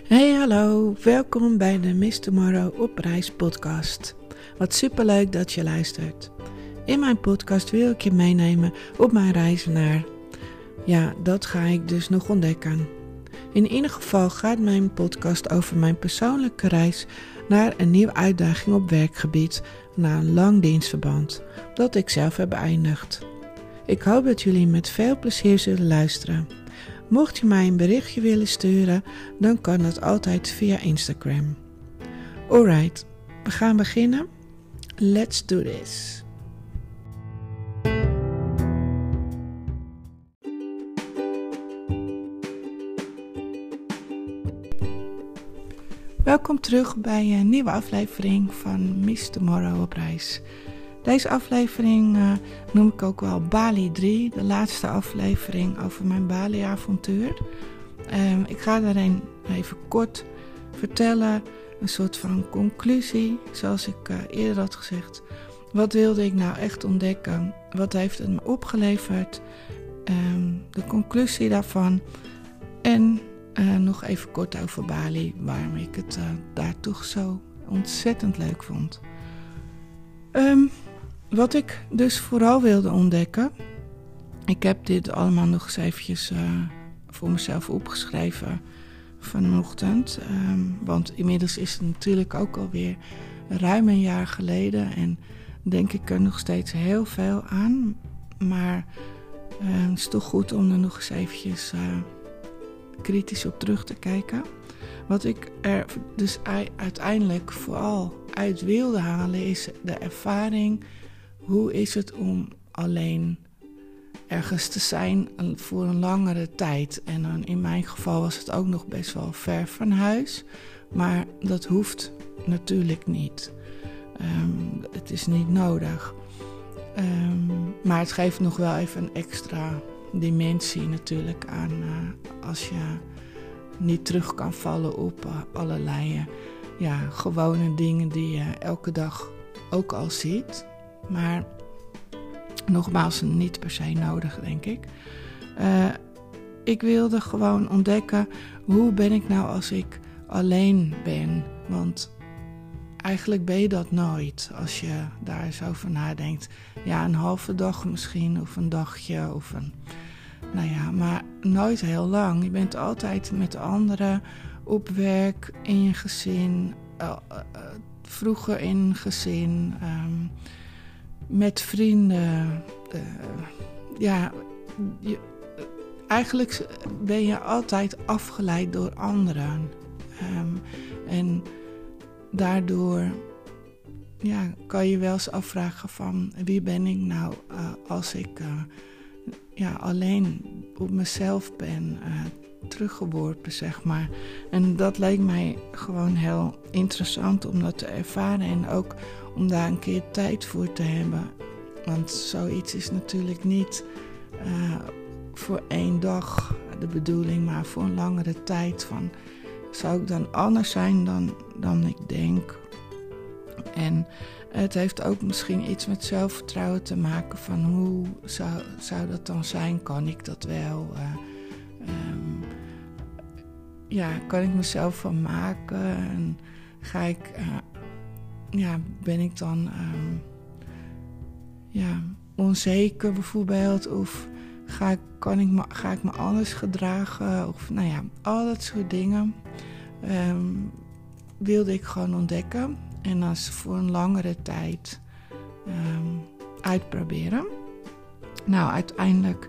Hey, hallo. Welkom bij de Miss Tomorrow op reis podcast. Wat superleuk dat je luistert. In mijn podcast wil ik je meenemen op mijn reis naar... Ja, dat ga ik dus nog ontdekken. In ieder geval gaat mijn podcast over mijn persoonlijke reis naar een nieuwe uitdaging op werkgebied na een lang dienstverband dat ik zelf heb beëindigd. Ik hoop dat jullie met veel plezier zullen luisteren. Mocht je mij een berichtje willen sturen, dan kan dat altijd via Instagram. Alright, we gaan beginnen. Let's do this. Welkom terug bij een nieuwe aflevering van Miss Tomorrow op reis. Deze aflevering noem ik ook wel Bali 3, de laatste aflevering over mijn Bali-avontuur. Ik ga daarin even kort vertellen, een soort van conclusie, zoals ik eerder had gezegd. Wat wilde ik nou echt ontdekken? Wat heeft het me opgeleverd? De conclusie daarvan en nog even kort over Bali, waarom ik het daar toch zo ontzettend leuk vond. Wat ik dus vooral wilde ontdekken, ik heb dit allemaal nog eens eventjes voor mezelf opgeschreven vanochtend. Want inmiddels is het natuurlijk ook alweer ruim een jaar geleden en denk ik er nog steeds heel veel aan. Maar het is toch goed om er nog eens eventjes kritisch op terug te kijken. Wat ik er dus uiteindelijk vooral uit wilde halen is de ervaring. Hoe is het om alleen ergens te zijn voor een langere tijd? En dan in mijn geval was het ook nog best wel ver van huis. Maar dat hoeft natuurlijk niet. Het is niet nodig. Maar het geeft nog wel even een extra dimensie natuurlijk aan als je niet terug kan vallen op allerlei gewone dingen die je elke dag ook al ziet. Maar nogmaals, niet per se nodig, denk ik. Ik wilde gewoon ontdekken, hoe ben ik nou als ik alleen ben? Want eigenlijk ben je dat nooit als je daar eens over nadenkt. Ja, een halve dag misschien, of een dagje, of een... maar nooit heel lang. Je bent altijd met anderen op werk, in je gezin, vroeger in een gezin, met vrienden. Eigenlijk ben je altijd afgeleid door anderen. En daardoor kan je wel eens afvragen van wie ben ik nou als ik alleen op mezelf ben teruggeworpen, zeg maar. En dat leek mij gewoon heel interessant om dat te ervaren en ook om daar een keer tijd voor te hebben. Want zoiets is natuurlijk niet voor 1 dag de bedoeling, maar voor een langere tijd. Van, zou ik dan anders zijn dan ik denk? En het heeft ook misschien iets met zelfvertrouwen te maken van hoe zou dat dan zijn? Kan ik dat wel? Kan ik mezelf van maken? En ben ik dan onzeker bijvoorbeeld? Of ga ik me anders gedragen? Of al dat soort dingen wilde ik gewoon ontdekken. En als voor een langere tijd uitproberen. Nou, uiteindelijk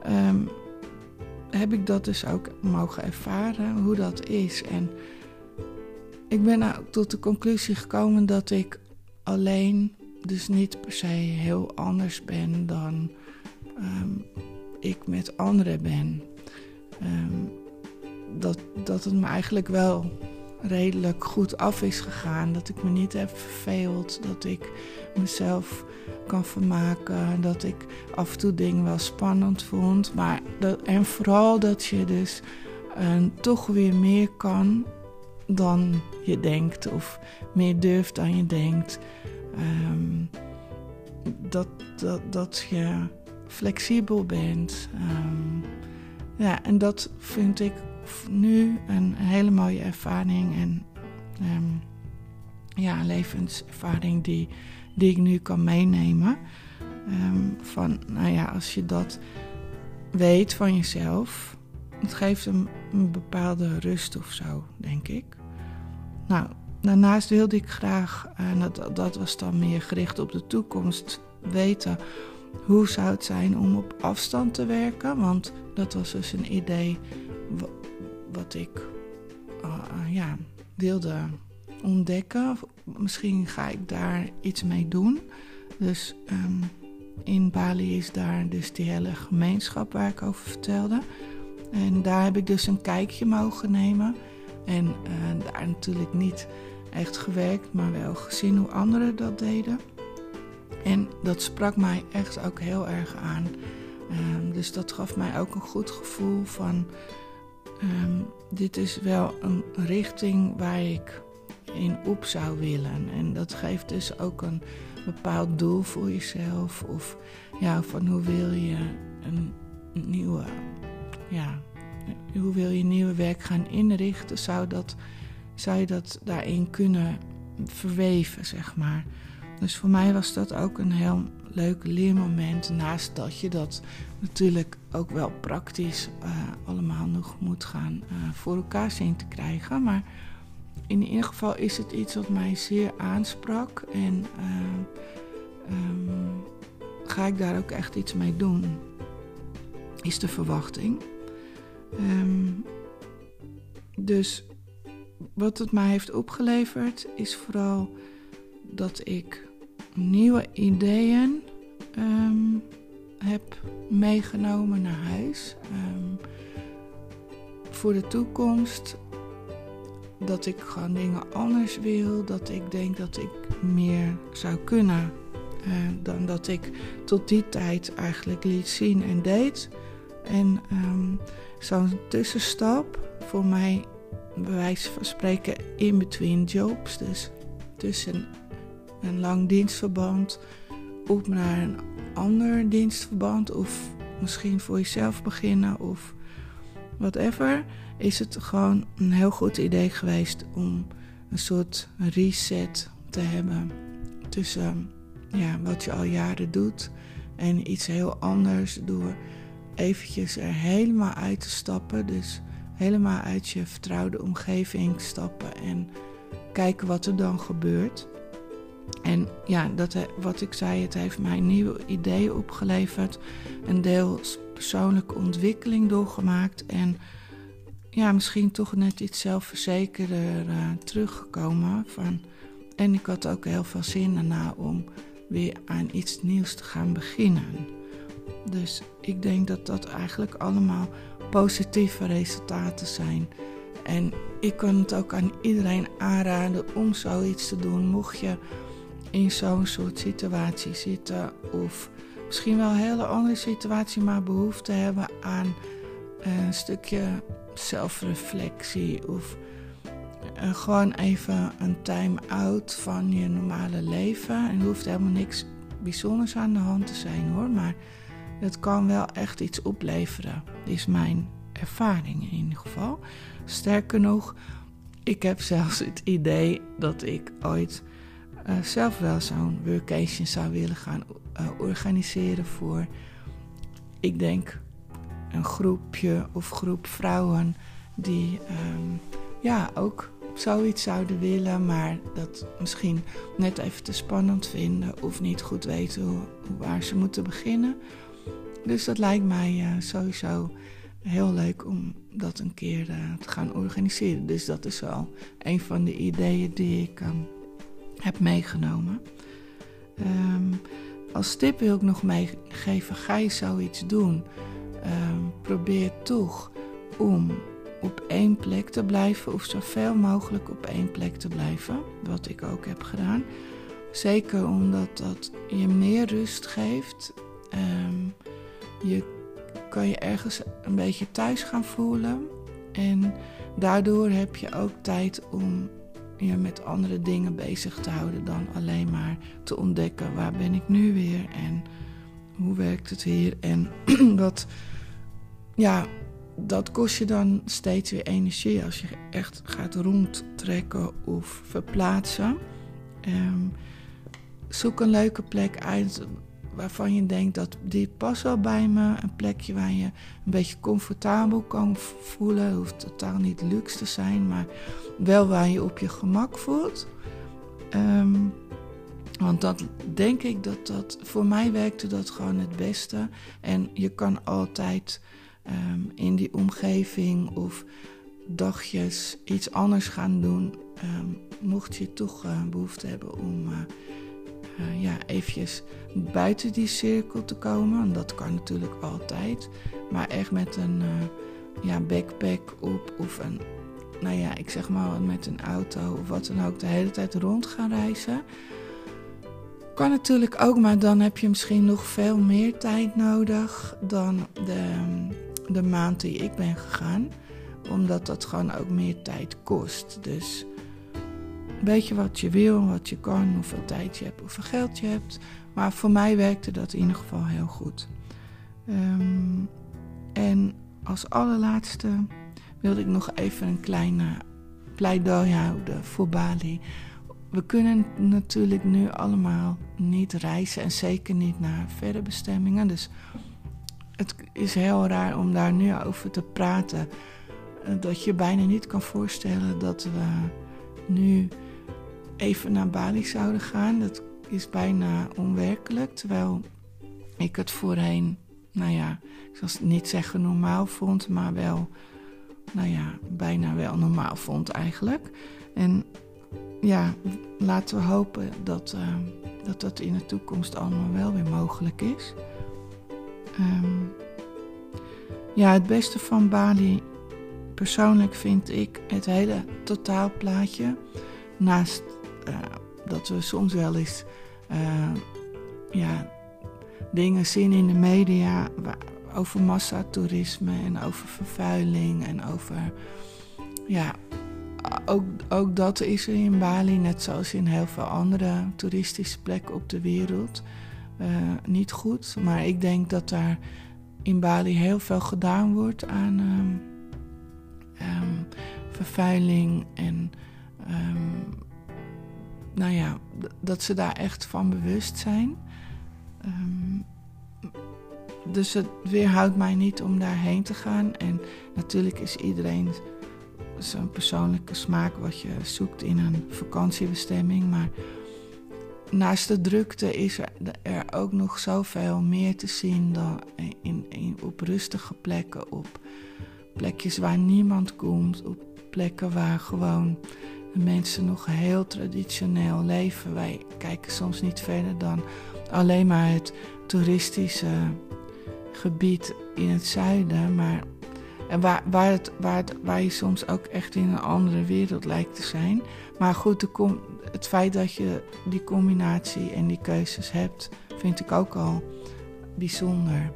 heb ik dat dus ook mogen ervaren, hoe dat is. En ik ben nou tot de conclusie gekomen dat ik alleen dus niet per se heel anders ben dan ik met anderen ben. Dat het me eigenlijk wel redelijk goed af is gegaan. Dat ik me niet heb verveeld. Dat ik mezelf kan vermaken. Dat ik af en toe dingen wel spannend vond. En vooral dat je dus toch weer meer kan dan je denkt. Of meer durft dan je denkt. Dat je flexibel bent. En dat vind ik of nu een hele mooie ervaring en een levenservaring die ik nu kan meenemen. Als je dat weet van jezelf, het geeft een bepaalde rust of zo, denk ik. Nou, daarnaast wilde ik graag, en dat was dan meer gericht op de toekomst, weten hoe zou het zijn om op afstand te werken. Want dat was dus een idee wat ik wilde ontdekken. Misschien ga ik daar iets mee doen. Dus in Bali is daar dus die hele gemeenschap waar ik over vertelde. En daar heb ik dus een kijkje mogen nemen. En daar natuurlijk niet echt gewerkt, maar wel gezien hoe anderen dat deden. En dat sprak mij echt ook heel erg aan. Dus dat gaf mij ook een goed gevoel van... dit is wel een richting waar ik in op zou willen. En dat geeft dus ook een bepaald doel voor jezelf. Of van hoe wil je een nieuwe werk gaan inrichten? Zou je dat daarin kunnen verweven, zeg maar. Dus voor mij was dat ook een heel leuk leermoment. Naast dat je dat natuurlijk ook wel praktisch allemaal nog moet gaan voor elkaar zien te krijgen. Maar in ieder geval is het iets wat mij zeer aansprak. En ga ik daar ook echt iets mee doen, is de verwachting. Dus wat het mij heeft opgeleverd is vooral dat ik nieuwe ideeën heb meegenomen naar huis. Voor de toekomst, dat ik gewoon dingen anders wil, dat ik denk dat ik meer zou kunnen dan dat ik tot die tijd eigenlijk liet zien en deed. En zo'n tussenstap voor mij, bij wijze van spreken, in between jobs, dus tussen een lang dienstverband op naar een ander dienstverband of misschien voor jezelf beginnen of whatever, is het gewoon een heel goed idee geweest om een soort reset te hebben tussen wat je al jaren doet en iets heel anders, door eventjes er helemaal uit te stappen, dus helemaal uit je vertrouwde omgeving stappen en kijken wat er dan gebeurt. En wat ik zei, het heeft mij nieuwe ideeën opgeleverd, een deels persoonlijke ontwikkeling doorgemaakt en misschien toch net iets zelfverzekerder teruggekomen van. En ik had ook heel veel zin daarna om weer aan iets nieuws te gaan beginnen. Dus ik denk dat dat eigenlijk allemaal positieve resultaten zijn. En ik kan het ook aan iedereen aanraden om zoiets te doen, mocht je in zo'n soort situatie zitten of misschien wel een hele andere situatie, maar behoefte hebben aan een stukje zelfreflectie of gewoon even een time-out van je normale leven. En er hoeft helemaal niks bijzonders aan de hand te zijn hoor, maar het kan wel echt iets opleveren. Dat is mijn ervaring in ieder geval. Sterker nog, ik heb zelfs het idee dat ik ooit zelf wel zo'n workation zou willen gaan organiseren voor, ik denk, een groepje of groep vrouwen die ook zoiets zouden willen, maar dat misschien net even te spannend vinden of niet goed weten waar ze moeten beginnen. Dus dat lijkt mij sowieso heel leuk om dat een keer te gaan organiseren. Dus dat is wel een van de ideeën die ik heb meegenomen. Als tip wil ik nog meegeven, ga je zoiets doen, probeer toch om op één plek te blijven of zoveel mogelijk op één plek te blijven, wat ik ook heb gedaan. Zeker omdat dat je meer rust geeft. Je kan je ergens een beetje thuis gaan voelen en daardoor heb je ook tijd om je met andere dingen bezig te houden dan alleen maar te ontdekken waar ben ik nu weer en hoe werkt het hier en dat kost je dan steeds weer energie als je echt gaat rondtrekken of verplaatsen. Zoek een leuke plek uit waarvan je denkt dat die past wel bij me. Een plekje waar je een beetje comfortabel kan voelen. Het hoeft totaal niet luxe te zijn, maar wel waar je op je gemak voelt. Want dat denk ik dat voor mij werkte dat gewoon het beste. En je kan altijd in die omgeving of dagjes iets anders gaan doen. Mocht je toch behoefte hebben om eventjes buiten die cirkel te komen. En dat kan natuurlijk altijd. Maar echt met een backpack op of ik zeg maar met een auto of wat dan ook de hele tijd rond gaan reizen. Kan natuurlijk ook, maar dan heb je misschien nog veel meer tijd nodig dan de maand die ik ben gegaan. Omdat dat gewoon ook meer tijd kost. Dus weet je wat je wil, wat je kan, hoeveel tijd je hebt, hoeveel geld je hebt. Maar voor mij werkte dat in ieder geval heel goed. En als allerlaatste wilde ik nog even een klein pleidooi houden voor Bali. We kunnen natuurlijk nu allemaal niet reizen en zeker niet naar verre bestemmingen. Dus het is heel raar om daar nu over te praten. Dat je bijna niet kan voorstellen dat we nu even naar Bali zouden gaan. Dat is bijna onwerkelijk. Terwijl ik het voorheen, ik zal niet zeggen normaal vond, maar wel, bijna wel normaal vond eigenlijk. En laten we hopen dat dat in de toekomst allemaal wel weer mogelijk is. Het beste van Bali persoonlijk vind ik het hele totaalplaatje. Naast dat we soms wel eens dingen zien in de media over massatoerisme en over vervuiling en over ook dat is er in Bali, net zoals in heel veel andere toeristische plekken op de wereld, niet goed. Maar ik denk dat daar in Bali heel veel gedaan wordt aan vervuiling en dat ze daar echt van bewust zijn. Dus het weerhoudt mij niet om daarheen te gaan. En natuurlijk is iedereen zo'n persoonlijke smaak wat je zoekt in een vakantiebestemming. Maar naast de drukte is er ook nog zoveel meer te zien dan op rustige plekken, op plekjes waar niemand komt, op plekken waar gewoon de mensen nog heel traditioneel leven. Wij kijken soms niet verder dan alleen maar het toeristische gebied in het zuiden, maar waar je soms ook echt in een andere wereld lijkt te zijn. Maar goed, het feit dat je die combinatie en die keuzes hebt, vind ik ook al bijzonder.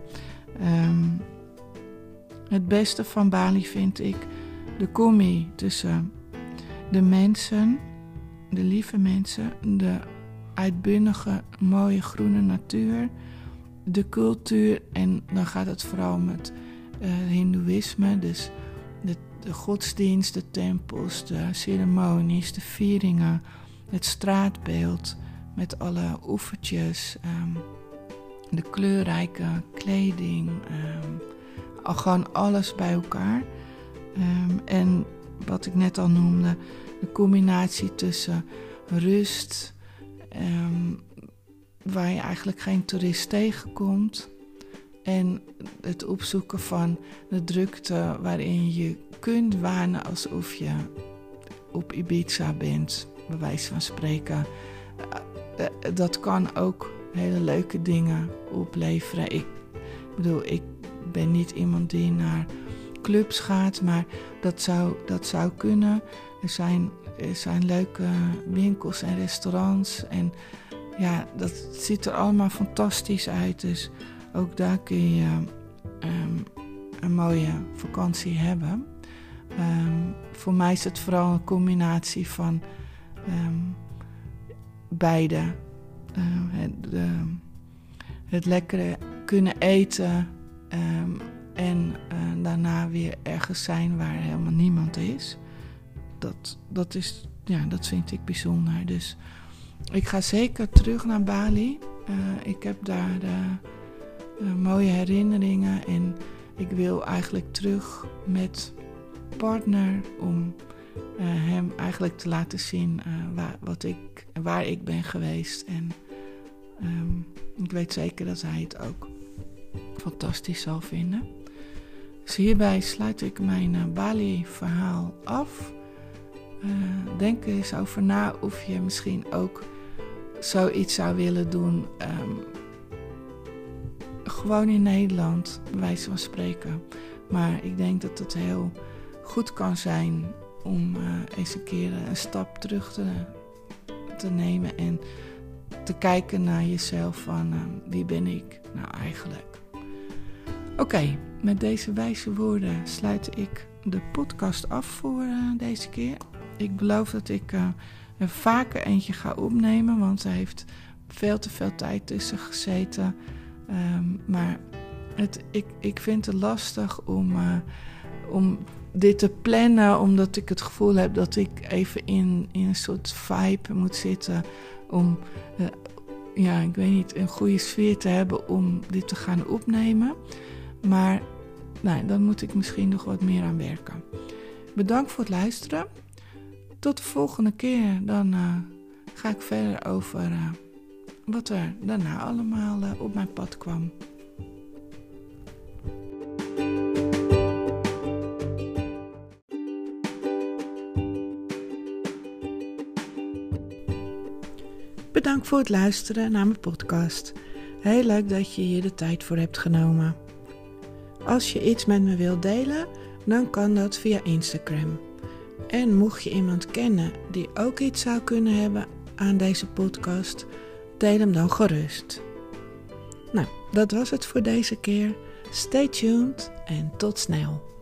Het beste van Bali vind ik de combi tussen de mensen, de lieve mensen, de uitbundige, mooie groene natuur, de cultuur en dan gaat het vooral met Hindoeïsme, dus de godsdienst, de tempels, de ceremonies, de vieringen, het straatbeeld met alle oevertjes, de kleurrijke kleding, gewoon alles bij elkaar. En wat ik net al noemde, de combinatie tussen rust, waar je eigenlijk geen toerist tegenkomt, en het opzoeken van de drukte waarin je kunt wanen alsof je op Ibiza bent, bij wijze van spreken. Dat kan ook hele leuke dingen opleveren. Ik ben niet iemand die naar clubs gaat, maar dat zou kunnen. Er zijn leuke winkels en restaurants en dat ziet er allemaal fantastisch uit. Dus ook daar kun je een mooie vakantie hebben. Voor mij is het vooral een combinatie van beide. Het lekkere kunnen eten en daarna daarna weer ergens zijn waar helemaal niemand is. Dat vind ik bijzonder. Dus ik ga zeker terug naar Bali. Ik heb daar mooie herinneringen en ik wil eigenlijk terug met partner om hem eigenlijk te laten zien waar ik ben geweest. En ik weet zeker dat hij het ook fantastisch zal vinden. Dus hierbij sluit ik mijn Bali-verhaal af. Denk er eens over na of je misschien ook zoiets zou willen doen. Gewoon in Nederland, bij wijze van spreken. Maar ik denk dat het heel goed kan zijn om eens een keer een stap terug te nemen en te kijken naar jezelf van wie ben ik nou eigenlijk. Oké, met deze wijze woorden sluit ik de podcast af voor deze keer. Ik beloof dat ik er vaker eentje ga opnemen, want er heeft veel te veel tijd tussen gezeten. Maar ik vind het lastig om dit te plannen, omdat ik het gevoel heb dat ik even in een soort vibe moet zitten om, ik weet niet, een goede sfeer te hebben om dit te gaan opnemen. Maar dan moet ik misschien nog wat meer aan werken. Bedankt voor het luisteren. Tot de volgende keer. Dan ga ik verder over wat er daarna allemaal op mijn pad kwam. Bedankt voor het luisteren naar mijn podcast. Heel leuk dat je hier de tijd voor hebt genomen. Als je iets met me wilt delen, dan kan dat via Instagram. En mocht je iemand kennen die ook iets zou kunnen hebben aan deze podcast, deel hem dan gerust. Nou, dat was het voor deze keer. Stay tuned en tot snel.